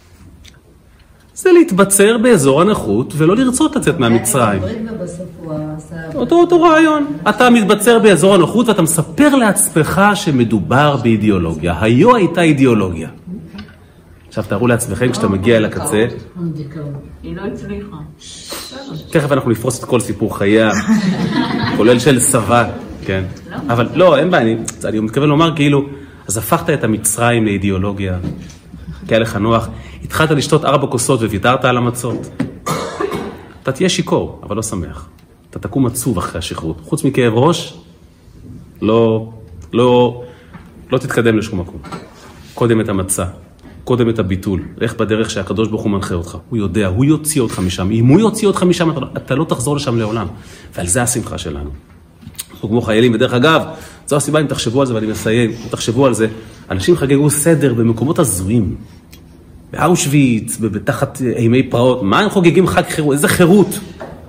זה להתבצר באזור הנוחות ולא לרצות לצאת מהמצרים. אותו אותו רעיון. אתה מתבצר באזור הנוחות ואתה מספר לעצמך שמדובר באידיאולוגיה. היו הייתה אידיאולוגיה. עכשיו תארו לעצמכם כשאתה מגיע אל הקצה. היא לא הצליחה. תכף אנחנו נפרוס את כל סיפור חייה, כולל של סבא, כן. אבל לא, אין בעיה, אני מתכוון לומר כאילו, אז הפכת את המצרים לאידיאולוגיה, כי היה לך נוח, התחלת לשתות ארבע כוסות וויתרת על המצות. אתה תהיה שיקור, אבל לא שמח. אתה תקום עצוב אחרי השחרות. חוץ מכאב ראש, לא, לא, לא תתקדם לשום מקום. קודם את המצע, קודם את הביטול. לך בדרך שהקדוש ברוך הוא מנחה אותך. הוא יודע, הוא יוציא אותך משם. אם הוא יוציא אותך משם, אתה, אתה לא תחזור לשם לעולם. ועל זה השמחה שלנו. אנחנו כמו חיילים, ודרך אגב, זו הסיבה אם תחשבו על זה, ואני מסיים, אם תחשבו על זה, אנשים חגגו סדר במקומות הזויים. באושוויץ, בתחת אימי פרעות. מה הם חוגגים חג חירות? איזה חירות?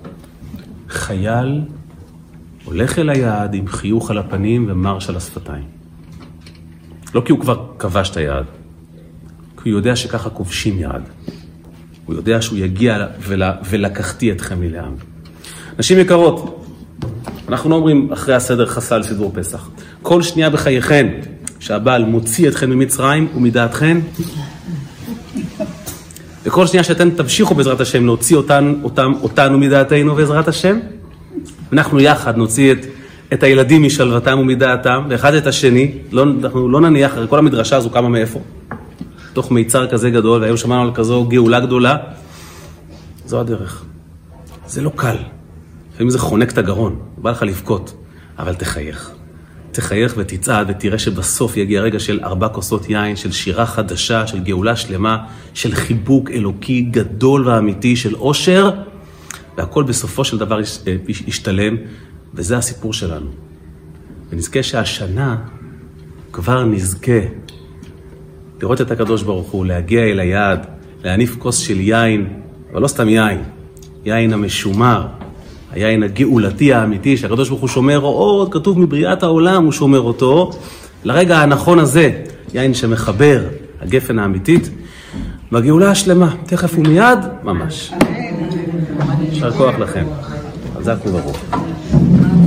חייל הולך אל היעד עם חיוך על הפנים ומרש על השפתיים. לא כי הוא כבר כבש את היעד, כי הוא יודע שככה כובשים יעד. הוא יודע שהוא יגיע ול... ולקחתי אתכם מלעם. נשים יקרות, אנחנו לא אומרים אחרי הסדר חסל סידור פסח. כל שנייה בחייכן שהבעל מוציא אתכם ממצרים ומדעתכן, וכל שנייה שאתם תמשיכו בעזרת השם להוציא אותן, אותם, אותנו מדעתנו בעזרת השם, אנחנו יחד נוציא את, את הילדים משלוותם ומדעתם, ואחד את השני, לא, אנחנו לא נניח, הרי כל המדרשה הזו קמה מאיפה? תוך מיצר כזה גדול, והיום שמענו על כזו גאולה גדולה. זו הדרך. זה לא קל. לפעמים זה חונק את הגרון, בא לך לבכות, אבל תחייך. תחייך ותצעד ותראה שבסוף יגיע רגע של ארבע כוסות יין, של שירה חדשה, של גאולה שלמה, של חיבוק אלוקי גדול ואמיתי, של עושר, והכל בסופו של דבר ישתלם, וזה הסיפור שלנו. ונזכה שהשנה כבר נזכה לראות את הקדוש ברוך הוא, להגיע אל היעד, להניף כוס של יין, אבל לא סתם יין, יין המשומר, היין הגאולתי האמיתי, שהקדוש ברוך הוא שומר עוד, כתוב מבריאת העולם הוא שומר אותו, לרגע הנכון הזה, יין שמחבר, הגפן האמיתית, והגאולה השלמה, תכף ומיד, ממש. יישר כוח לכם. חזק וברוך.